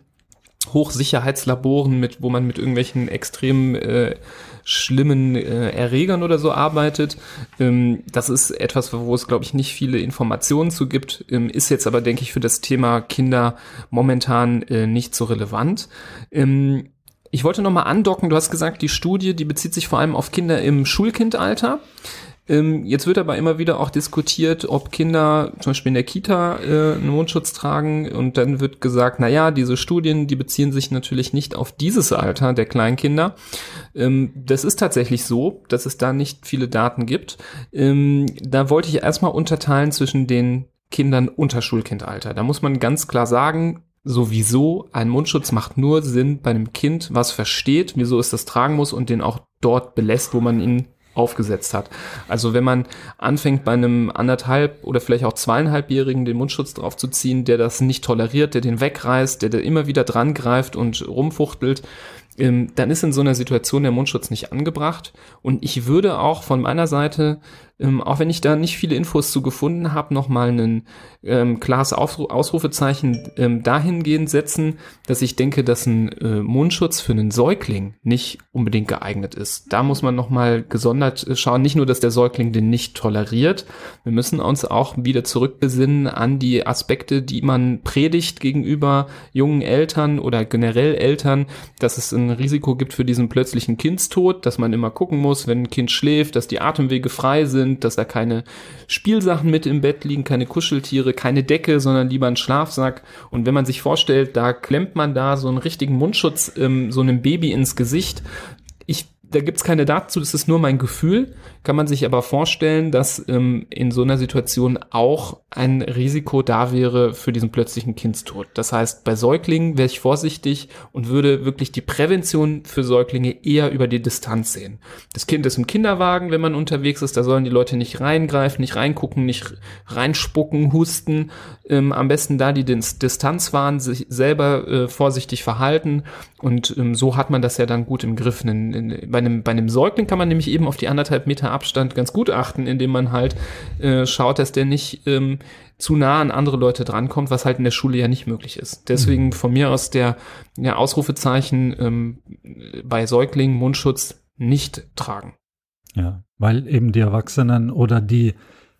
Hochsicherheitslaboren, mit, wo man mit irgendwelchen extrem äh, schlimmen äh, Erregern oder so arbeitet. Ähm, das ist etwas, wo es, glaube ich, nicht viele Informationen zu gibt, ähm, ist jetzt aber, denke ich, für das Thema Kinder momentan äh, nicht so relevant. Ähm, ich wollte nochmal andocken, du hast gesagt, die Studie, die bezieht sich vor allem auf Kinder im Schulkindalter. Ähm, jetzt wird aber immer wieder auch diskutiert, ob Kinder zum Beispiel in der Kita äh, einen Mundschutz tragen, und dann wird gesagt, na ja, diese Studien, die beziehen sich natürlich nicht auf dieses Alter der Kleinkinder. Ähm, das ist tatsächlich so, dass es da nicht viele Daten gibt. Ähm, da wollte ich erstmal unterteilen zwischen den Kindern unter Schulkindalter. Da muss man ganz klar sagen, sowieso, ein Mundschutz macht nur Sinn bei einem Kind, was versteht, wieso es das tragen muss und den auch dort belässt, wo man ihn aufgesetzt hat. Also wenn man anfängt, bei einem anderthalb oder vielleicht auch zweieinhalbjährigen den Mundschutz draufzuziehen, der das nicht toleriert, der den wegreißt, der da immer wieder dran greift und rumfuchtelt, ähm, dann ist in so einer Situation der Mundschutz nicht angebracht. Und ich würde auch von meiner Seite, ähm, auch wenn ich da nicht viele Infos zu gefunden habe, nochmal ein ähm, klares Aufru- Ausrufezeichen ähm, dahingehend setzen, dass ich denke, dass ein äh, Mundschutz für einen Säugling nicht unbedingt geeignet ist. Da muss man nochmal gesondert schauen, nicht nur, dass der Säugling den nicht toleriert, wir müssen uns auch wieder zurückbesinnen an die Aspekte, die man predigt gegenüber jungen Eltern oder generell Eltern, dass es ein Risiko gibt für diesen plötzlichen Kindstod, dass man immer gucken muss, wenn ein Kind schläft, dass die Atemwege frei sind, dass da keine Spielsachen mit im Bett liegen, keine Kuscheltiere, keine Decke, sondern lieber ein Schlafsack. Und wenn man sich vorstellt, da klemmt man da so einen richtigen Mundschutz ähm, so einem Baby ins Gesicht. Ich Da gibt's keine Daten zu, das ist nur mein Gefühl. Kann man sich aber vorstellen, dass ähm, in so einer Situation auch ein Risiko da wäre für diesen plötzlichen Kindstod. Das heißt, bei Säuglingen wäre ich vorsichtig und würde wirklich die Prävention für Säuglinge eher über die Distanz sehen. Das Kind ist im Kinderwagen, wenn man unterwegs ist, da sollen die Leute nicht reingreifen, nicht reingucken, nicht reinspucken, husten. Ähm, am besten da die Distanz wahren, sich selber äh, vorsichtig verhalten, und ähm, so hat man das ja dann gut im Griff. In, in, bei, einem, bei einem Säugling kann man nämlich eben auf die anderthalb Meter Abstand ganz gut achten, indem man halt äh, schaut, dass der nicht ähm, zu nah an andere Leute drankommt, was halt in der Schule ja nicht möglich ist. Deswegen von mir aus der ja, Ausrufezeichen ähm, bei Säuglingen Mundschutz nicht tragen. Ja, weil eben die Erwachsenen oder die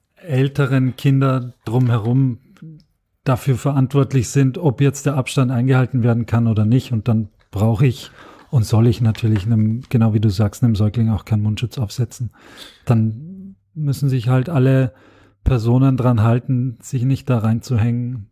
älteren Kinder drumherum dafür verantwortlich sind, ob jetzt der Abstand eingehalten werden kann oder nicht, und dann brauche ich und soll ich natürlich einem, genau wie du sagst, einem Säugling auch keinen Mundschutz aufsetzen. Dann müssen sich halt alle Personen dran halten, sich nicht da reinzuhängen.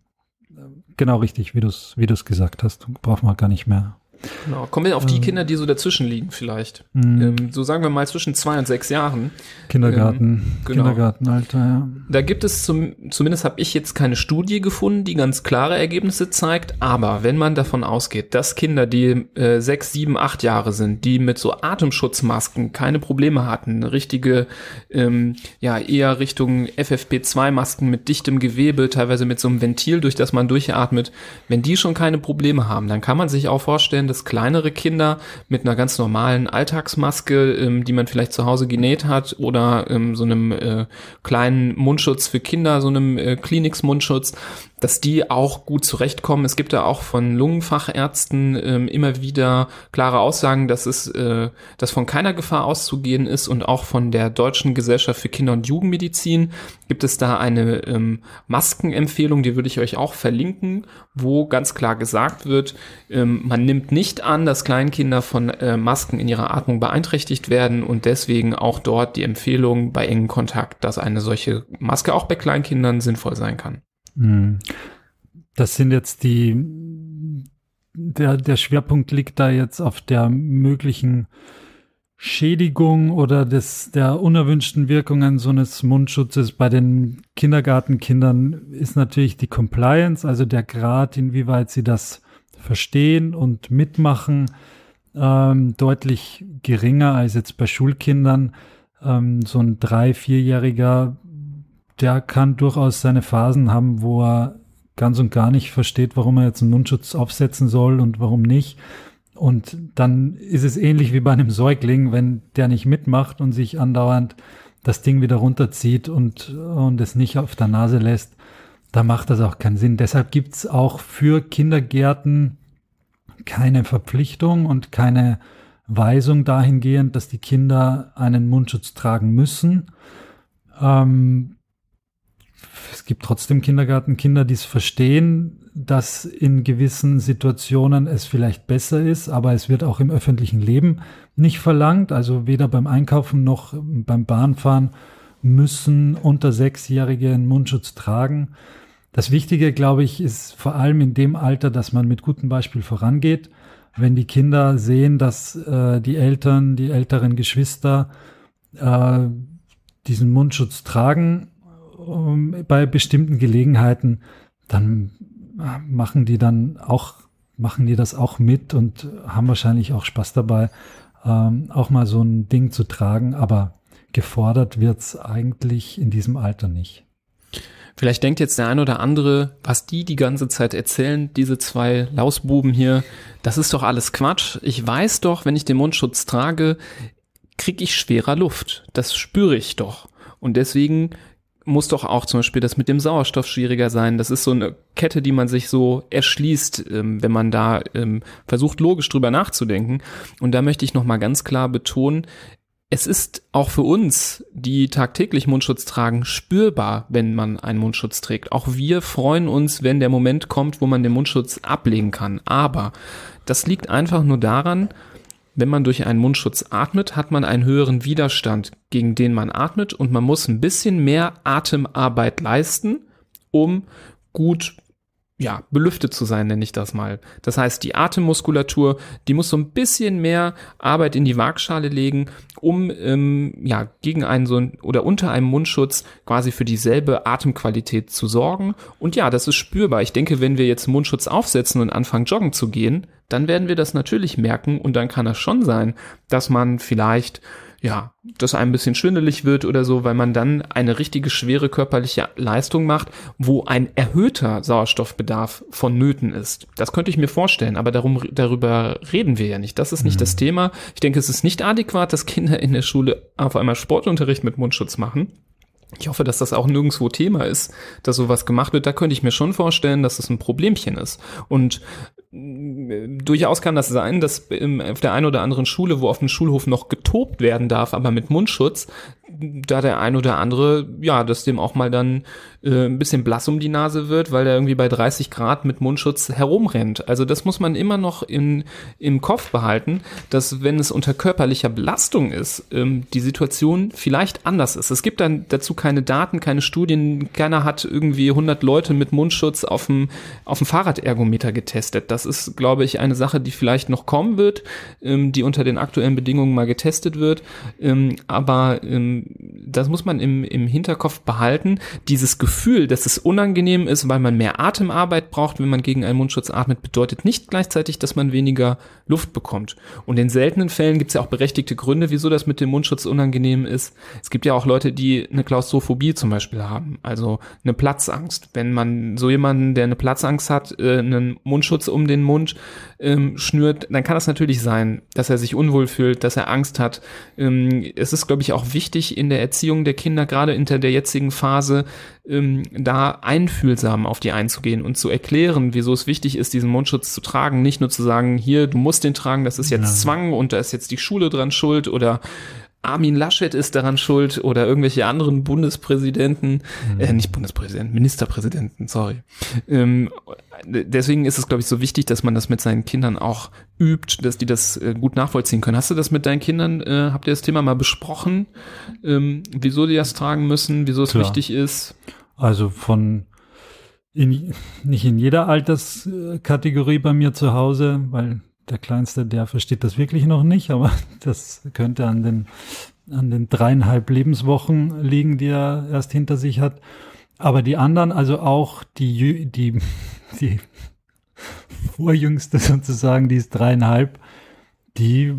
Genau richtig, wie du es wie du es gesagt hast. Braucht man gar nicht mehr. Genau. Kommen wir auf die ähm, Kinder, die so dazwischen liegen vielleicht. Ähm, so sagen wir mal zwischen zwei und sechs Jahren. Kindergarten, ähm, genau. Kindergartenalter, ja. Da gibt es, zum, zumindest habe ich jetzt keine Studie gefunden, die ganz klare Ergebnisse zeigt, aber wenn man davon ausgeht, dass Kinder, die äh, sechs, sieben, acht Jahre sind, die mit so Atemschutzmasken keine Probleme hatten, richtige, ähm, ja eher Richtung F F P zwei Masken mit dichtem Gewebe, teilweise mit so einem Ventil, durch das man durchatmet, wenn die schon keine Probleme haben, dann kann man sich auch vorstellen, dass kleinere Kinder mit einer ganz normalen Alltagsmaske, ähm, die man vielleicht zu Hause genäht hat, oder ähm, so einem äh, kleinen Mundschutz für Kinder, so einem äh, Kliniks-Mundschutz, dass die auch gut zurechtkommen. Es gibt da auch von Lungenfachärzten ähm, immer wieder klare Aussagen, dass es äh, dass von keiner Gefahr auszugehen ist, und auch von der Deutschen Gesellschaft für Kinder- und Jugendmedizin gibt es da eine ähm, Maskenempfehlung, die würde ich euch auch verlinken, wo ganz klar gesagt wird, ähm, man nimmt nicht an, dass Kleinkinder von äh, Masken in ihrer Atmung beeinträchtigt werden, und deswegen auch dort die Empfehlung bei engem Kontakt, dass eine solche Maske auch bei Kleinkindern sinnvoll sein kann. Das sind jetzt die, der, der Schwerpunkt liegt da jetzt auf der möglichen Schädigung oder des, der unerwünschten Wirkungen so eines Mundschutzes. Bei den Kindergartenkindern ist natürlich die Compliance, also der Grad, inwieweit sie das verstehen und mitmachen, ähm, deutlich geringer als jetzt bei Schulkindern. Ähm, so ein drei-, vierjähriger, der kann durchaus seine Phasen haben, wo er ganz und gar nicht versteht, warum er jetzt einen Mundschutz aufsetzen soll und warum nicht. Und dann ist es ähnlich wie bei einem Säugling, wenn der nicht mitmacht und sich andauernd das Ding wieder runterzieht und, und es nicht auf der Nase lässt, da macht das auch keinen Sinn. Deshalb gibt's auch für Kindergärten keine Verpflichtung und keine Weisung dahingehend, dass die Kinder einen Mundschutz tragen müssen. Ähm, Es gibt trotzdem Kindergartenkinder, die es verstehen, dass in gewissen Situationen es vielleicht besser ist, aber es wird auch im öffentlichen Leben nicht verlangt. Also weder beim Einkaufen noch beim Bahnfahren müssen unter Sechsjährige einen Mundschutz tragen. Das Wichtige, glaube ich, ist vor allem in dem Alter, dass man mit gutem Beispiel vorangeht. Wenn die Kinder sehen, dass äh, die Eltern, die älteren Geschwister äh, diesen Mundschutz tragen, bei bestimmten Gelegenheiten, dann machen die dann auch, machen die das auch mit und haben wahrscheinlich auch Spaß dabei, ähm, auch mal so ein Ding zu tragen, aber gefordert wird's eigentlich in diesem Alter nicht. Vielleicht denkt jetzt der ein oder andere, was die die ganze Zeit erzählen, diese zwei Lausbuben hier, das ist doch alles Quatsch. Ich weiß doch, wenn ich den Mundschutz trage, kriege ich schwerer Luft. Das spüre ich doch. Und deswegen muss doch auch zum Beispiel das mit dem Sauerstoff schwieriger sein. Das ist so eine Kette, die man sich so erschließt, ähm, wenn man da ähm, versucht, logisch drüber nachzudenken. Und da möchte ich nochmal ganz klar betonen, es ist auch für uns, die tagtäglich Mundschutz tragen, spürbar, wenn man einen Mundschutz trägt. Auch wir freuen uns, wenn der Moment kommt, wo man den Mundschutz ablegen kann. Aber das liegt einfach nur daran, wenn man durch einen Mundschutz atmet, hat man einen höheren Widerstand, gegen den man atmet, und man muss ein bisschen mehr Atemarbeit leisten, um gut, ja, belüftet zu sein, nenne ich das mal. Das heißt, die Atemmuskulatur, die muss so ein bisschen mehr Arbeit in die Waagschale legen, um ähm, ja gegen einen so ein, oder unter einem Mundschutz quasi für dieselbe Atemqualität zu sorgen. Und ja, das ist spürbar. Ich denke, wenn wir jetzt einen Mundschutz aufsetzen und anfangen joggen zu gehen, dann werden wir das natürlich merken, und dann kann es schon sein, dass man vielleicht, ja, dass einem ein bisschen schwindelig wird oder so, weil man dann eine richtige schwere körperliche Leistung macht, wo ein erhöhter Sauerstoffbedarf vonnöten ist. Das könnte ich mir vorstellen, aber darum, darüber reden wir ja nicht. Das ist nicht mhm. das Thema. Ich denke, es ist nicht adäquat, dass Kinder in der Schule auf einmal Sportunterricht mit Mundschutz machen. Ich hoffe, dass das auch nirgendwo Thema ist, dass sowas gemacht wird. Da könnte ich mir schon vorstellen, dass das ein Problemchen ist. Und durchaus kann das sein, dass auf der einen oder anderen Schule, wo auf dem Schulhof noch getobt werden darf, aber mit Mundschutz, da der ein oder andere, ja, dass dem auch mal dann äh, ein bisschen blass um die Nase wird, weil der irgendwie bei dreißig Grad mit Mundschutz herumrennt. Also das muss man immer noch in, im Kopf behalten, dass wenn es unter körperlicher Belastung ist, ähm, die Situation vielleicht anders ist. Es gibt dann dazu keine Daten, keine Studien, keiner hat irgendwie hundert Leute mit Mundschutz auf dem, auf dem Fahrradergometer getestet. Das ist, glaube ich, eine Sache, die vielleicht noch kommen wird, ähm, die unter den aktuellen Bedingungen mal getestet wird. Ähm, aber ähm, das muss man im, im Hinterkopf behalten. Dieses Gefühl, dass es unangenehm ist, weil man mehr Atemarbeit braucht, wenn man gegen einen Mundschutz atmet, bedeutet nicht gleichzeitig, dass man weniger Luft bekommt. Und in seltenen Fällen gibt es ja auch berechtigte Gründe, wieso das mit dem Mundschutz unangenehm ist. Es gibt ja auch Leute, die eine Klaustrophobie zum Beispiel haben, also eine Platzangst. Wenn man so jemanden, der eine Platzangst hat, äh, einen Mundschutz um den Mund ähm, schnürt, dann kann das natürlich sein, dass er sich unwohl fühlt, dass er Angst hat. Ähm, es ist, glaube ich, auch wichtig, wichtig in der Erziehung der Kinder, gerade in der jetzigen Phase, ähm, da einfühlsam auf die einzugehen und zu erklären, wieso es wichtig ist, diesen Mundschutz zu tragen. Nicht nur zu sagen, hier, du musst den tragen, das ist jetzt ja. Zwang und da ist jetzt die Schule dran schuld oder Armin Laschet ist daran schuld oder irgendwelche anderen Bundespräsidenten, mhm. äh, nicht Bundespräsidenten, Ministerpräsidenten, sorry. Ähm, deswegen ist es, glaube ich, so wichtig, dass man das mit seinen Kindern auch übt, dass die das äh, gut nachvollziehen können. Hast du das mit deinen Kindern, äh, habt ihr das Thema mal besprochen, ähm, wieso die das tragen müssen, wieso es Klar. wichtig ist? Also von, in, nicht in jeder Alterskategorie bei mir zu Hause, weil der Kleinste, der versteht das wirklich noch nicht, aber das könnte an den, an den dreieinhalb Lebenswochen liegen, die er erst hinter sich hat. Aber die anderen, also auch die, die, die Vorjüngste sozusagen, die ist dreieinhalb, die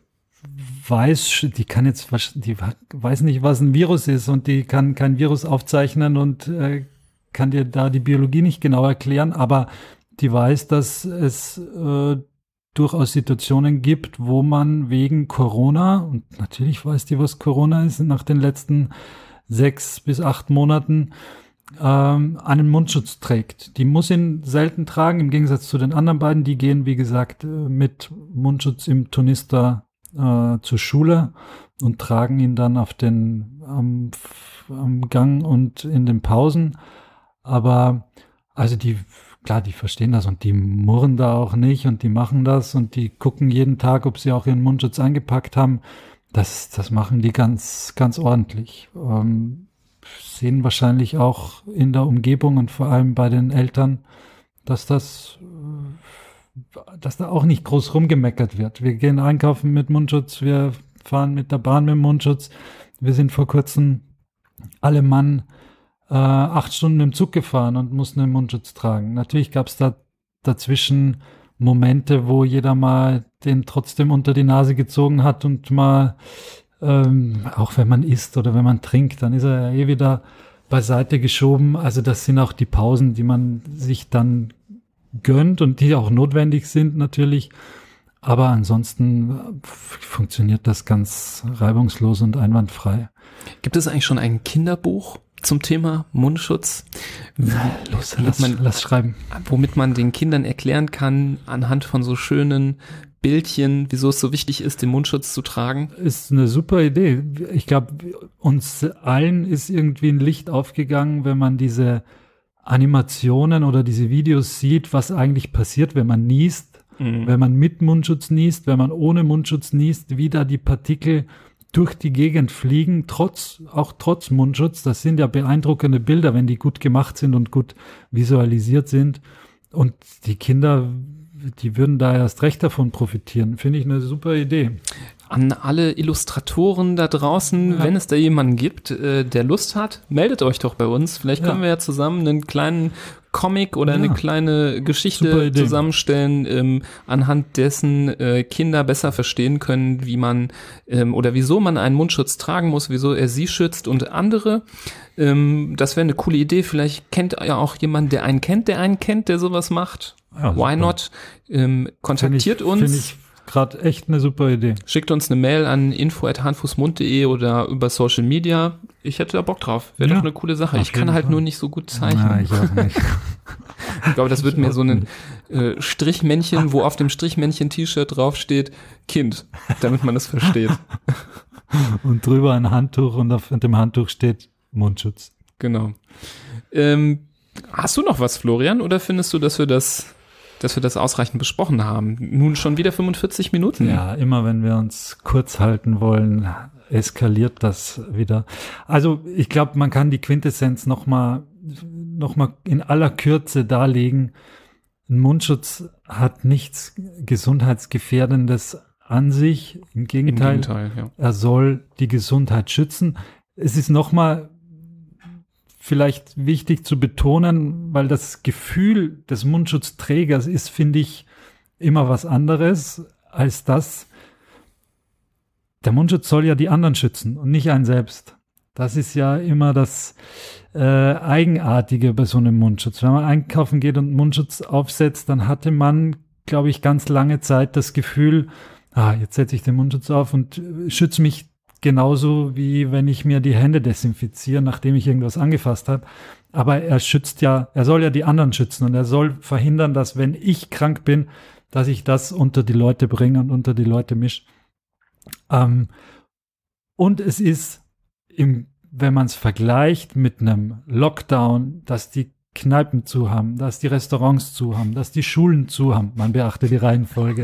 weiß, die kann jetzt, die weiß nicht, was ein Virus ist und die kann kein Virus aufzeichnen und äh, kann dir da die Biologie nicht genau erklären, aber die weiß, dass es äh, durchaus Situationen gibt, wo man wegen Corona, und natürlich weiß die, was Corona ist, nach den letzten sechs bis acht Monaten ähm, einen Mundschutz trägt. Die muss ihn selten tragen, im Gegensatz zu den anderen beiden. Die gehen, wie gesagt, mit Mundschutz im Turnister äh, zur Schule und tragen ihn dann auf den am, am Gang und in den Pausen. Aber also die Klar, die verstehen das und die murren da auch nicht und die machen das und die gucken jeden Tag, ob sie auch ihren Mundschutz eingepackt haben. Das, das machen die ganz, ganz ordentlich. Ähm, sehen wahrscheinlich auch in der Umgebung und vor allem bei den Eltern, dass das, dass da auch nicht groß rumgemeckert wird. Wir gehen einkaufen mit Mundschutz, wir fahren mit der Bahn mit Mundschutz. Wir sind vor kurzem alle Mann Äh, acht Stunden im Zug gefahren und mussten einen Mundschutz tragen. Natürlich gab es da dazwischen Momente, wo jeder mal den trotzdem unter die Nase gezogen hat und mal, ähm, auch wenn man isst oder wenn man trinkt, dann ist er ja eh wieder beiseite geschoben. Also das sind auch die Pausen, die man sich dann gönnt und die auch notwendig sind natürlich. Aber ansonsten funktioniert das ganz reibungslos und einwandfrei. Gibt es eigentlich schon ein Kinderbuch zum Thema Mundschutz? Los, lass, man, lass schreiben. Womit man den Kindern erklären kann, anhand von so schönen Bildchen, wieso es so wichtig ist, den Mundschutz zu tragen? Ist eine super Idee. Ich glaube, uns allen ist irgendwie ein Licht aufgegangen, wenn man diese Animationen oder diese Videos sieht, was eigentlich passiert, wenn man niest, mhm. wenn man mit Mundschutz niest, wenn man ohne Mundschutz niest, wie da die Partikel durch die Gegend fliegen, trotz, auch trotz Mundschutz. Das sind ja beeindruckende Bilder, wenn die gut gemacht sind und gut visualisiert sind. Und die Kinder, die würden da erst recht davon profitieren. Finde ich eine super Idee. An alle Illustratoren da draußen, ja. wenn es da jemanden gibt, äh, der Lust hat, meldet euch doch bei uns. Vielleicht können ja. wir ja zusammen einen kleinen Comic oder ja. eine kleine Geschichte zusammenstellen, ähm, anhand dessen äh, Kinder besser verstehen können, wie man ähm, oder wieso man einen Mundschutz tragen muss, wieso er sie schützt und andere. Ähm, das wäre eine coole Idee. Vielleicht kennt ja auch jemand, der einen kennt, der einen kennt, der sowas macht. Ja, Why not? Ähm, kontaktiert find ich, uns. Find ich gerade echt eine super Idee. Schickt uns eine Mail an info at handfußmund punkt de oder über Social Media. Ich hätte da Bock drauf. Wäre ja, doch eine coole Sache. Ich kann halt Fall. nur nicht so gut zeichnen. Ja, ich auch nicht. Ich glaube, das wird mir so ein äh, Strichmännchen, wo auf dem Strichmännchen-T-Shirt draufsteht, Kind, damit man es versteht. Und drüber ein Handtuch und auf dem Handtuch steht Mundschutz. Genau. Ähm, hast du noch was, Florian, oder findest du, dass wir das dass wir das ausreichend besprochen haben? Nun schon wieder fünfundvierzig Minuten. Ja, immer wenn wir uns kurz halten wollen, eskaliert das wieder. Also ich glaube, man kann die Quintessenz nochmal noch mal in aller Kürze darlegen. Ein Mundschutz hat nichts Gesundheitsgefährdendes an sich. Im Gegenteil, Im Gegenteil ja. er soll die Gesundheit schützen. Es ist nochmal vielleicht wichtig zu betonen, weil das Gefühl des Mundschutzträgers ist, finde ich, immer was anderes als das. Der Mundschutz soll ja die anderen schützen und nicht einen selbst. Das ist ja immer das äh, Eigenartige bei so einem Mundschutz. Wenn man einkaufen geht und einen Mundschutz aufsetzt, dann hatte man, glaube ich, ganz lange Zeit das Gefühl, ah, jetzt setze ich den Mundschutz auf und schütze mich genauso wie wenn ich mir die Hände desinfiziere, nachdem ich irgendwas angefasst habe. Aber er schützt ja, er soll ja die anderen schützen und er soll verhindern, dass wenn ich krank bin, dass ich das unter die Leute bringe und unter die Leute mische. Ähm, und es ist, im, wenn man es vergleicht mit einem Lockdown, dass die Kneipen zu haben, dass die Restaurants zu haben, dass die Schulen zu haben, man beachte die Reihenfolge.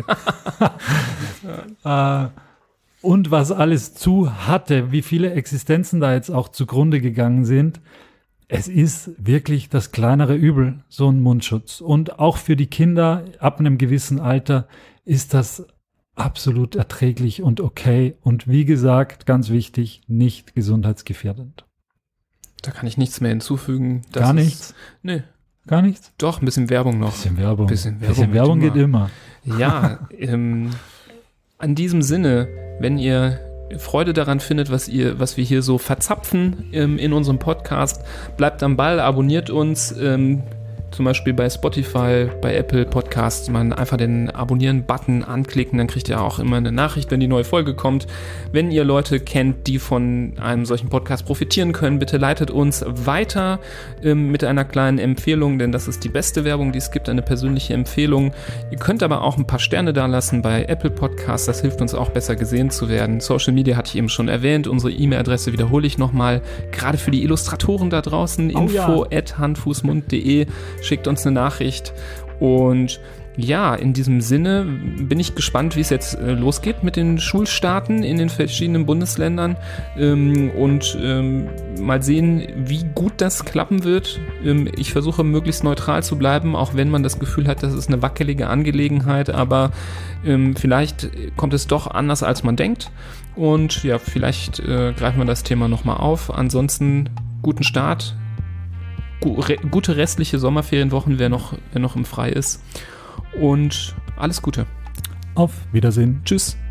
äh, und was alles zu hatte, wie viele Existenzen da jetzt auch zugrunde gegangen sind. Es ist wirklich das kleinere Übel, so ein Mundschutz. Und auch für die Kinder ab einem gewissen Alter ist das absolut erträglich und okay. Und wie gesagt, ganz wichtig, nicht gesundheitsgefährdend. Da kann ich nichts mehr hinzufügen. Das Gar ist, nichts? Nee. Gar nichts? Doch, ein bisschen Werbung noch. Bisschen Werbung. Bisschen Werbung, bisschen Werbung geht immer. Ja, ähm, an diesem Sinne, wenn ihr Freude daran findet, was ihr, was wir hier so verzapfen ähm, in unserem Podcast, bleibt am Ball, abonniert uns, ähm, zum Beispiel bei Spotify, bei Apple Podcasts, man einfach den Abonnieren-Button anklicken, dann kriegt ihr auch immer eine Nachricht, wenn die neue Folge kommt. Wenn ihr Leute kennt, die von einem solchen Podcast profitieren können, bitte leitet uns weiter ähm, mit einer kleinen Empfehlung, denn das ist die beste Werbung, die es gibt, eine persönliche Empfehlung. Ihr könnt aber auch ein paar Sterne da lassen bei Apple Podcasts, das hilft uns auch besser gesehen zu werden. Social Media hatte ich eben schon erwähnt, unsere E-Mail-Adresse wiederhole ich nochmal, gerade für die Illustratoren da draußen, oh, info ja. at handfußmund punkt de. Schickt uns eine Nachricht und ja, in diesem Sinne bin ich gespannt, wie es jetzt äh, losgeht mit den Schulstarten in den verschiedenen Bundesländern ähm, und ähm, mal sehen, wie gut das klappen wird. Ähm, ich versuche möglichst neutral zu bleiben, auch wenn man das Gefühl hat, das ist eine wackelige Angelegenheit, aber ähm, vielleicht kommt es doch anders, als man denkt und ja, vielleicht äh, greifen wir das Thema nochmal auf. Ansonsten guten Start. Gute restliche Sommerferienwochen, wer noch, wer noch im Frei ist. Und alles Gute. Auf Wiedersehen. Tschüss.